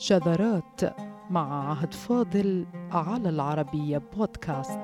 شذرات مع عهد فاضل على العربية بودكاست.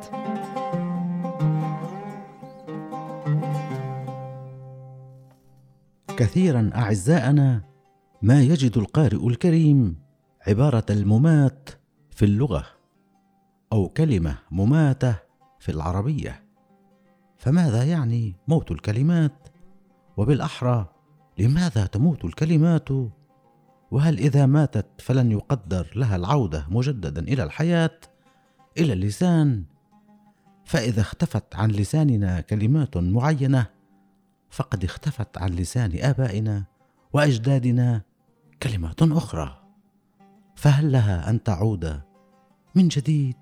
كثيرا أعزائنا ما يجد القارئ الكريم عبارة الممات في اللغة أو كلمة مماتة في العربية. فماذا يعني موت الكلمات؟ وبالأحرى لماذا تموت الكلمات؟ وهل إذا ماتت فلن يقدر لها العودة مجددا إلى الحياة، إلى اللسان؟ فإذا اختفت عن لساننا كلمات معينة فقد اختفت عن لسان آبائنا وأجدادنا كلمات أخرى، فهل لها أن تعود من جديد؟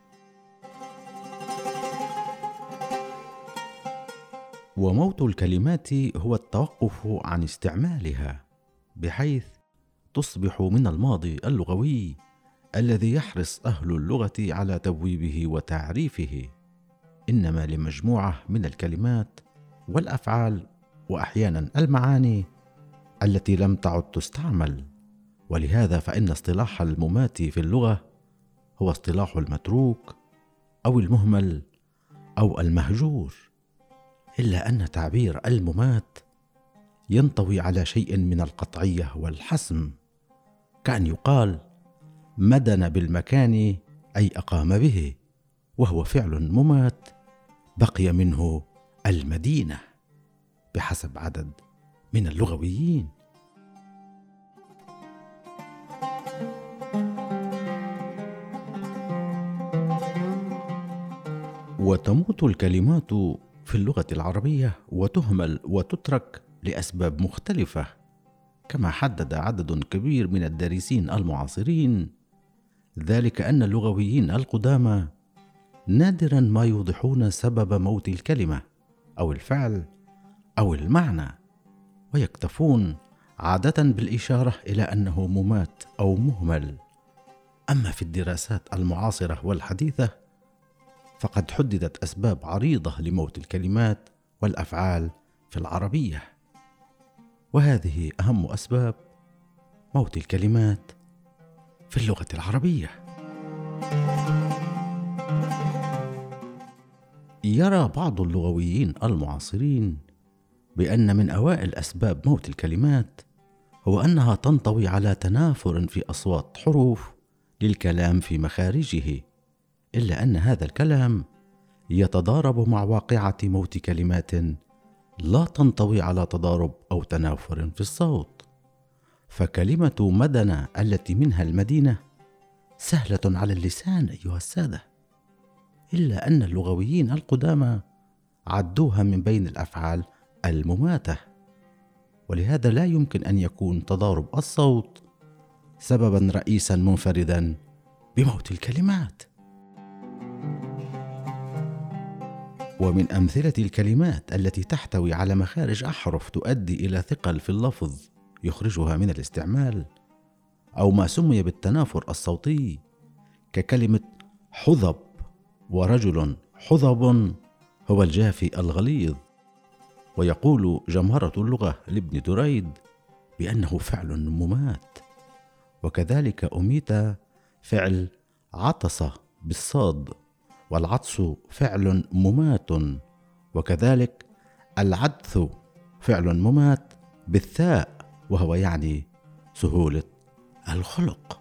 وموت الكلمات هو التوقف عن استعمالها، بحيث تصبح من الماضي اللغوي الذي يحرص أهل اللغة على تبويبه وتعريفه، إنما لمجموعة من الكلمات والأفعال وأحيانا المعاني التي لم تعد تستعمل. ولهذا فإن اصطلاح الممات في اللغة هو اصطلاح المتروك أو المهمل أو المهجور، إلا أن تعبير الممات ينطوي على شيء من القطعية والحسم، كأن يقال مدن بالمكان أي أقام به، وهو فعل ممات بقي منه المدينة بحسب عدد من اللغويين. وتموت الكلمات في اللغة العربية وتهمل وتترك لأسباب مختلفة، كما حدد عدد كبير من الدارسين المعاصرين، ذلك أن اللغويين القدامى نادرا ما يوضحون سبب موت الكلمة أو الفعل أو المعنى، ويكتفون عادة بالإشارة إلى أنه ممات أو مهمل. أما في الدراسات المعاصرة والحديثة فقد حددت أسباب عريضة لموت الكلمات والأفعال في العربية، وهذه أهم أسباب موت الكلمات في اللغة العربية. يرى بعض اللغويين المعاصرين بأن من أوائل أسباب موت الكلمات هو أنها تنطوي على تنافر في أصوات حروف للكلام في مخارجه، إلا أن هذا الكلام يتضارب مع واقعة موت كلمات لا تنطوي على تضارب أو تنافر في الصوت. فكلمة مدنة التي منها المدينة سهلة على اللسان أيها السادة، إلا أن اللغويين القدامى عدوها من بين الأفعال المماتة، ولهذا لا يمكن أن يكون تضارب الصوت سببا رئيسا منفردا بموت الكلمات. ومن أمثلة الكلمات التي تحتوي على مخارج أحرف تؤدي إلى ثقل في اللفظ يخرجها من الاستعمال، أو ما سمي بالتنافر الصوتي ككلمة حظب، ورجل حظب هو الجافي الغليظ. ويقول جمهرة اللغة لابن دريد بأنه فعل ممات. وكذلك أميت فعل عطس بالصاد، والعطس فعل ممات. وكذلك العدث فعل ممات بالثاء، وهو يعني سهولة الخلق.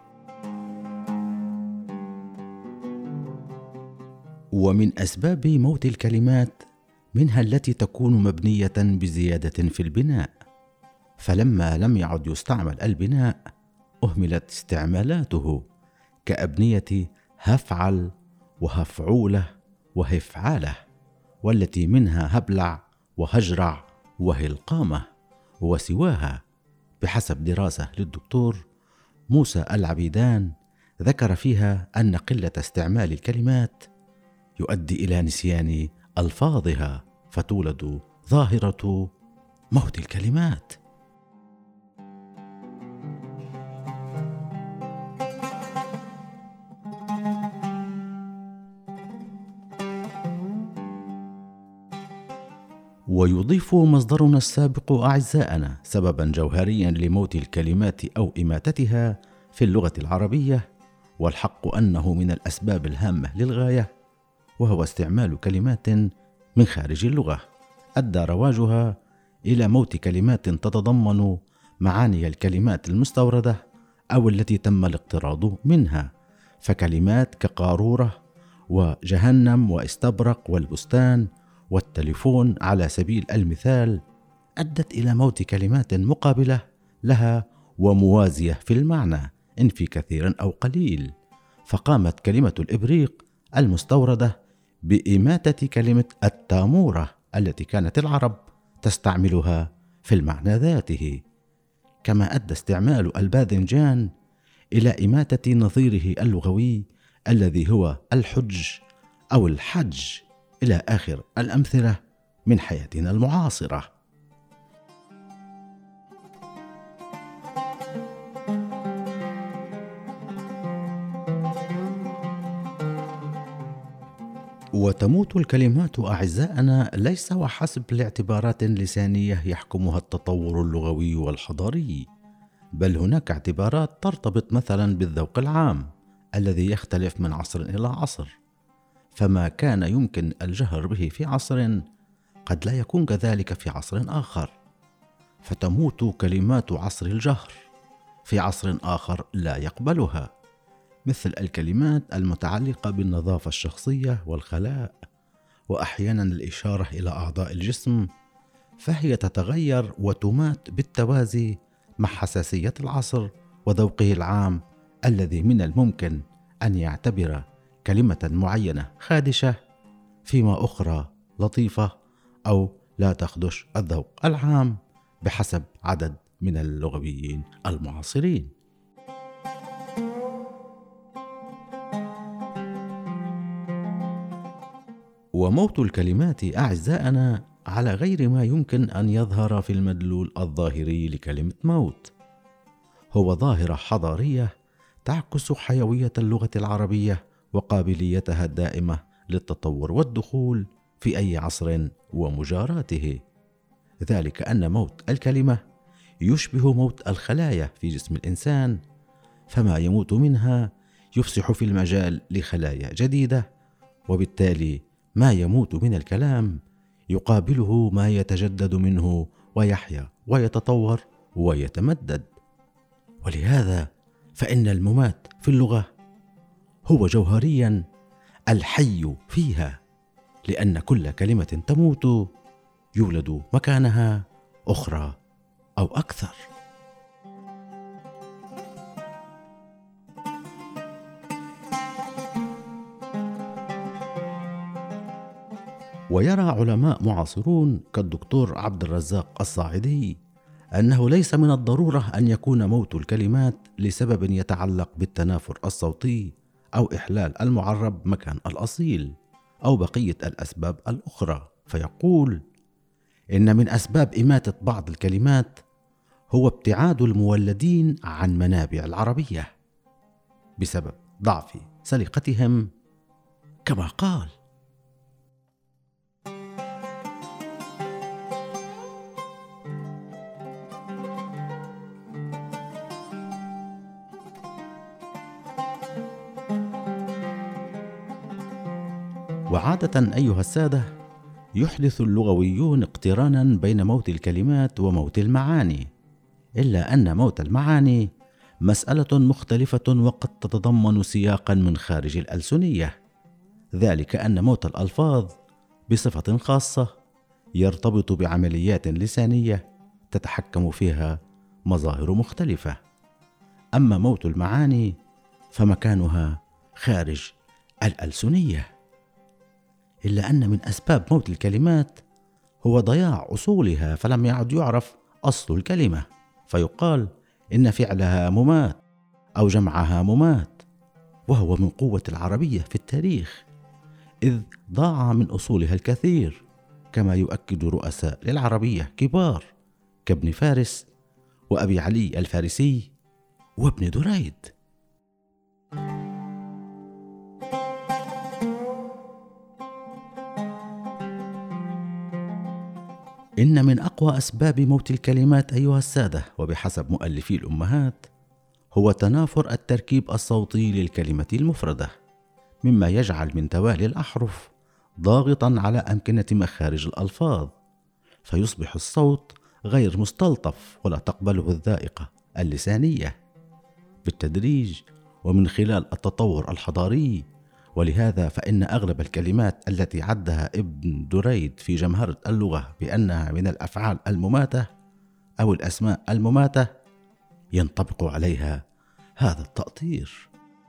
ومن أسباب موت الكلمات منها التي تكون مبنية بزيادة في البناء، فلما لم يعد يستعمل البناء أهملت استعمالاته، كأبنية هفعل وهفعولة وهفعالة، والتي منها هبلع وهجرع وهلقامة وسواها، بحسب دراسة للدكتور موسى العبيدان ذكر فيها أن قلة استعمال الكلمات يؤدي إلى نسيان ألفاظها، فتولد ظاهرة موت الكلمات. ويضيف مصدرنا السابق أعزائنا سببا جوهريا لموت الكلمات أو إماتتها في اللغة العربية، والحق أنه من الأسباب الهامة للغاية، وهو استعمال كلمات من خارج اللغة أدى رواجها إلى موت كلمات تتضمن معاني الكلمات المستوردة أو التي تم الاقتراض منها، فكلمات كقارورة وجهنم واستبرق والبستان والتليفون على سبيل المثال أدت إلى موت كلمات مقابلة لها وموازية في المعنى إن في كثير أو قليل، فقامت كلمة الإبريق المستوردة بإماتة كلمة التامورة التي كانت العرب تستعملها في المعنى ذاته، كما أدى استعمال الباذنجان إلى إماتة نظيره اللغوي الذي هو الحج أو الحج، إلى آخر الأمثلة من حياتنا المعاصرة. وتموت الكلمات أعزائنا ليس وحسب لاعتبارات لسانية يحكمها التطور اللغوي والحضاري، بل هناك اعتبارات ترتبط مثلا بالذوق العام الذي يختلف من عصر إلى عصر، فما كان يمكن الجهر به في عصر قد لا يكون كذلك في عصر آخر، فتموت كلمات عصر الجهر في عصر آخر لا يقبلها، مثل الكلمات المتعلقة بالنظافة الشخصية والخلاء، وأحيانا الإشارة إلى أعضاء الجسم، فهي تتغير وتمات بالتوازي مع حساسية العصر وذوقه العام الذي من الممكن أن يعتبر كلمة معينة خادشة، فيما أخرى لطيفة أو لا تخدش الذوق العام بحسب عدد من اللغويين المعاصرين. وموت الكلمات أعزائنا على غير ما يمكن أن يظهر في المدلول الظاهري لكلمة موت، هو ظاهرة حضارية تعكس حيوية اللغة العربية وقابليتها الدائمة للتطور والدخول في أي عصر ومجاراته، ذلك أن موت الكلمة يشبه موت الخلايا في جسم الإنسان، فما يموت منها يفسح في المجال لخلايا جديدة، وبالتالي ما يموت من الكلام يقابله ما يتجدد منه ويحيا ويتطور ويتمدد. ولهذا فإن الممات في اللغة هو جوهريا الحي فيها، لأن كل كلمة تموت يولد مكانها أخرى أو أكثر. ويرى علماء معاصرون كالدكتور عبد الرزاق الصاعدي أنه ليس من الضرورة أن يكون موت الكلمات لسبب يتعلق بالتنافر الصوتي أو إحلال المعرب مكان الأصيل أو بقية الأسباب الأخرى، فيقول إن من أسباب إماتة بعض الكلمات هو ابتعاد المولدين عن منابع العربية بسبب ضعف سلقتهم، كما قال: وعادة أيها السادة يحدث اللغويون اقترانا بين موت الكلمات وموت المعاني، إلا أن موت المعاني مسألة مختلفة وقد تتضمن سياقا من خارج الألسنية، ذلك أن موت الألفاظ بصفة خاصة يرتبط بعمليات لسانية تتحكم فيها مظاهر مختلفة، أما موت المعاني فمكانها خارج الألسنية. إلا أن من أسباب موت الكلمات هو ضياع أصولها، فلم يعد يعرف أصل الكلمة، فيقال إن فعلها ممات أو جمعها ممات، وهو من قوة العربية في التاريخ إذ ضاع من أصولها الكثير، كما يؤكد رؤساء للعربية كبار كابن فارس وأبي علي الفارسي وابن دريد. إن من أقوى أسباب موت الكلمات أيها السادة وبحسب مؤلفي الأمهات هو تنافر التركيب الصوتي للكلمة المفردة، مما يجعل من توالي الأحرف ضاغطا على أمكنة مخارج الألفاظ، فيصبح الصوت غير مستلطف ولا تقبله الذائقة اللسانية. بالتدريج ومن خلال التطور الحضاري، ولهذا فإن أغلب الكلمات التي عدها ابن دريد في جمهرة اللغة بأنها من الأفعال المماتة أو الأسماء المماتة ينطبق عليها هذا التأطير.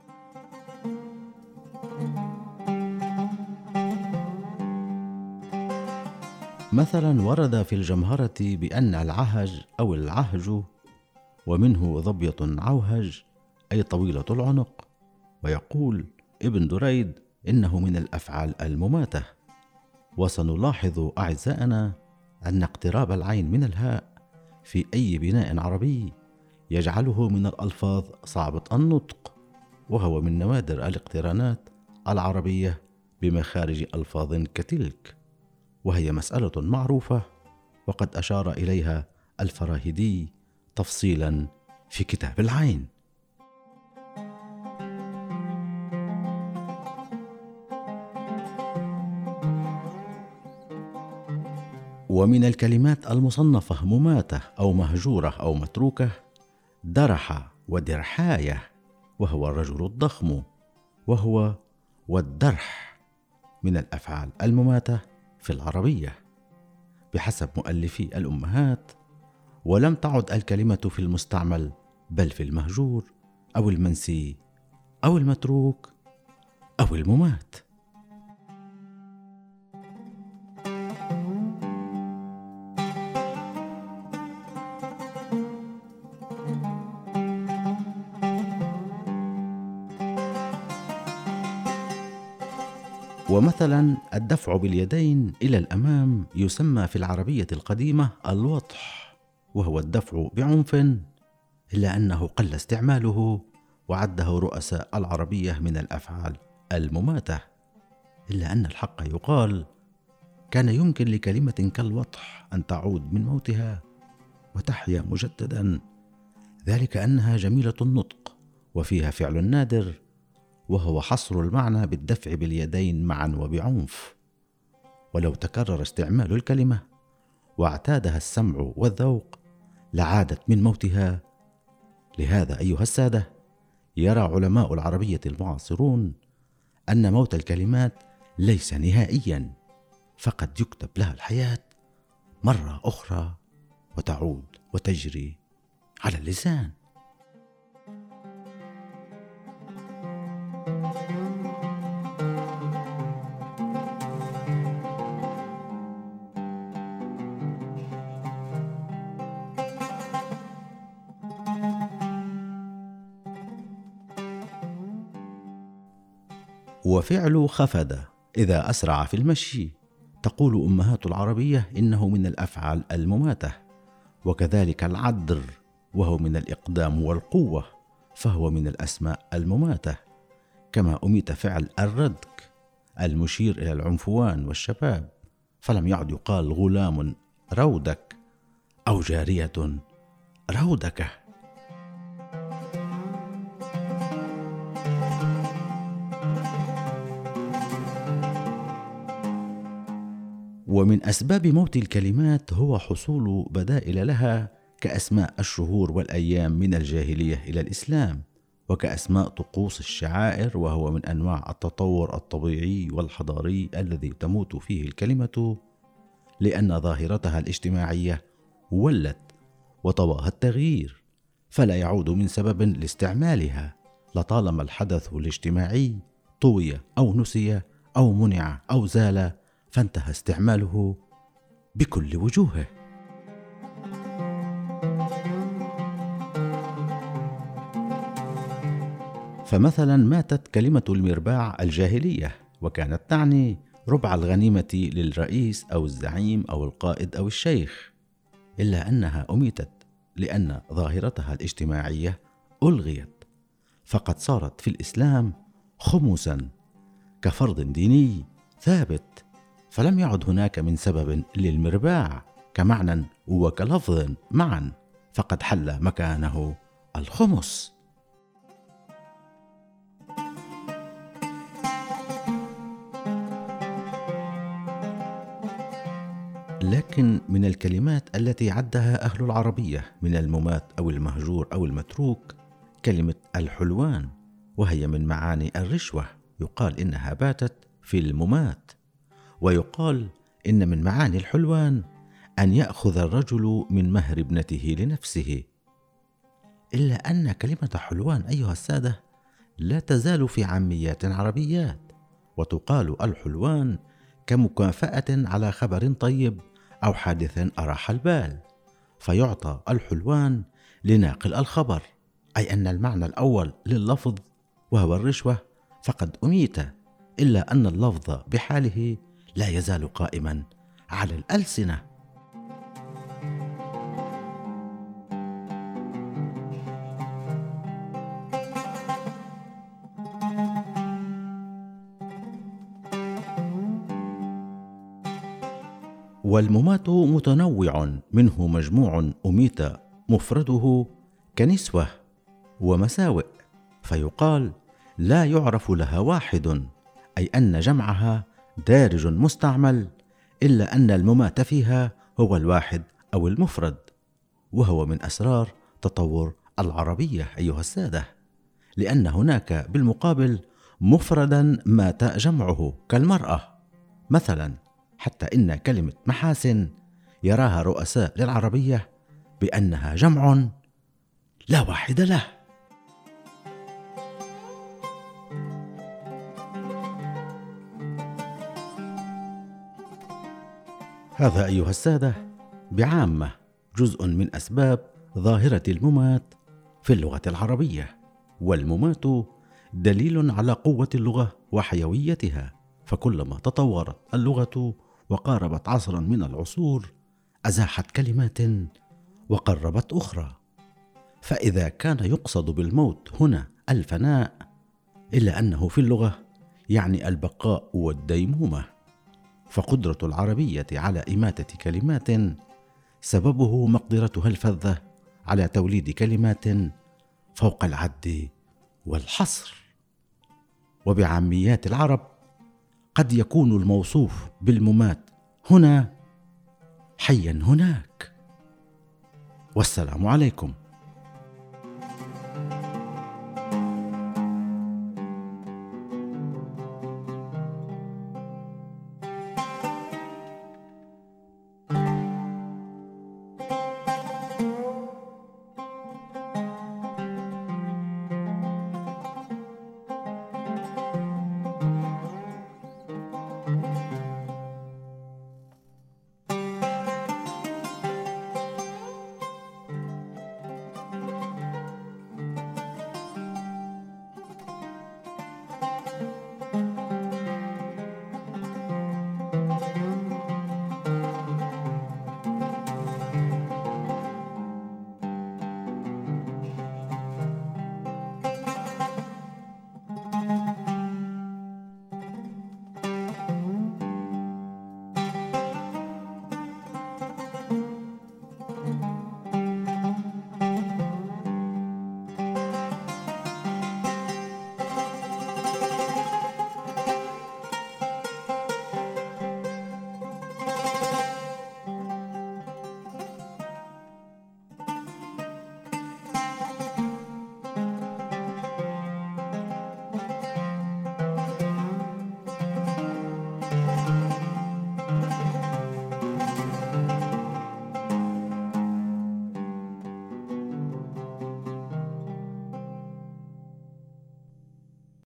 مثلا ورد في الجمهرة بأن العهج أو العهج ومنه ظبية عوهج أي طويلة العنق، ويقول ابن دريد إنه من الأفعال المماتة. وسنلاحظ أعزائنا أن اقتراب العين من الهاء في أي بناء عربي يجعله من الألفاظ صعبة النطق، وهو من نوادر الاقترانات العربية بمخارج ألفاظ كتلك، وهي مسألة معروفة وقد أشار إليها الفراهيدي تفصيلا في كتاب العين. ومن الكلمات المصنفة مماتة أو مهجورة أو متروكة درح ودرحاية، وهو الرجل الضخم، وهو والدرح من الأفعال المماتة في العربية بحسب مؤلفي الأمهات، ولم تعد الكلمة في المستعمل بل في المهجور أو المنسي أو المتروك أو الممات. ومثلا الدفع باليدين إلى الأمام يسمى في العربية القديمة الوطح، وهو الدفع بعنف، إلا أنه قل استعماله وعده رؤساء العربية من الأفعال المماتة، إلا أن الحق يقال كان يمكن لكلمة كالوطح أن تعود من موتها وتحيا مجددا، ذلك أنها جميلة النطق وفيها فعل نادر، وهو حصر المعنى بالدفع باليدين معا وبعنف. ولو تكرر استعمال الكلمة واعتادها السمع والذوق لعادت من موتها. لهذا أيها السادة، يرى علماء العربية المعاصرون أن موت الكلمات ليس نهائيا، فقد يكتب لها الحياة مرة أخرى وتعود وتجري على اللسان. وفعل خفد إذا أسرع في المشي تقول أمهات العربية إنه من الأفعال المماتة، وكذلك العدر وهو من الإقدام والقوة فهو من الأسماء المماتة، كما أميت فعل الردك المشير إلى العنفوان والشباب، فلم يعد يقال غلام رودك أو جارية رودكة. ومن أسباب موت الكلمات هو حصول بدائل لها كأسماء الشهور والأيام من الجاهلية إلى الإسلام، وكأسماء طقوس الشعائر، وهو من أنواع التطور الطبيعي والحضاري الذي تموت فيه الكلمة لأن ظاهرتها الاجتماعية ولت وطواها التغيير، فلا يعود من سبب لاستعمالها لطالما الحدث الاجتماعي طوي أو نسي أو منع أو زال، فانتهى استعماله بكل وجوهه. فمثلا ماتت كلمة المرباع الجاهلية، وكانت تعني ربع الغنيمة للرئيس أو الزعيم أو القائد أو الشيخ، إلا أنها أميتت لأن ظاهرتها الاجتماعية ألغيت، فقد صارت في الإسلام خمسا كفرض ديني ثابت، فلم يعد هناك من سبب للمرباع كمعنى وكلفظ معا، فقد حل مكانه الخمس. لكن من الكلمات التي عدها أهل العربية من الممات أو المهجور أو المتروك كلمة الحلوان، وهي من معاني الرشوة. يقال إنها باتت في الممات، ويقال إن من معاني الحلوان أن يأخذ الرجل من مهر ابنته لنفسه. إلا أن كلمة حلوان أيها السادة لا تزال في عاميات عربيات، وتقال الحلوان كمكافأة على خبر طيب أو حادث أراح البال، فيعطى الحلوان لناقل الخبر، أي أن المعنى الأول لللفظ وهو الرشوة فقد أميت، إلا أن اللفظ بحاله لا يزال قائما على الألسنة. والممات متنوع، منه مجموع أميت مفرده كنسوة ومساوئ، فيقال لا يعرف لها واحد، أي أن جمعها دارج مستعمل، إلا أن الممات فيها هو الواحد أو المفرد، وهو من أسرار تطور العربية أيها السادة، لأن هناك بالمقابل مفردا مات جمعه كالمرأة مثلا، حتى إن كلمة محاسن يراها رؤساء للعربية بأنها جمع لا واحد له. هذا أيها السادة بعامة جزء من أسباب ظاهرة الممات في اللغة العربية. والممات دليل على قوة اللغة وحيويتها، فكلما تطورت اللغة وقاربت عصرا من العصور أزاحت كلمات وقربت أخرى. فإذا كان يقصد بالموت هنا الفناء، إلا أنه في اللغة يعني البقاء والديمومة، فقدرة العربية على إماتة كلمات سببه مقدرتها الفذة على توليد كلمات فوق العد والحصر. وبعاميات العرب قد يكون الموصوف بالممات هنا حيا هناك. والسلام عليكم.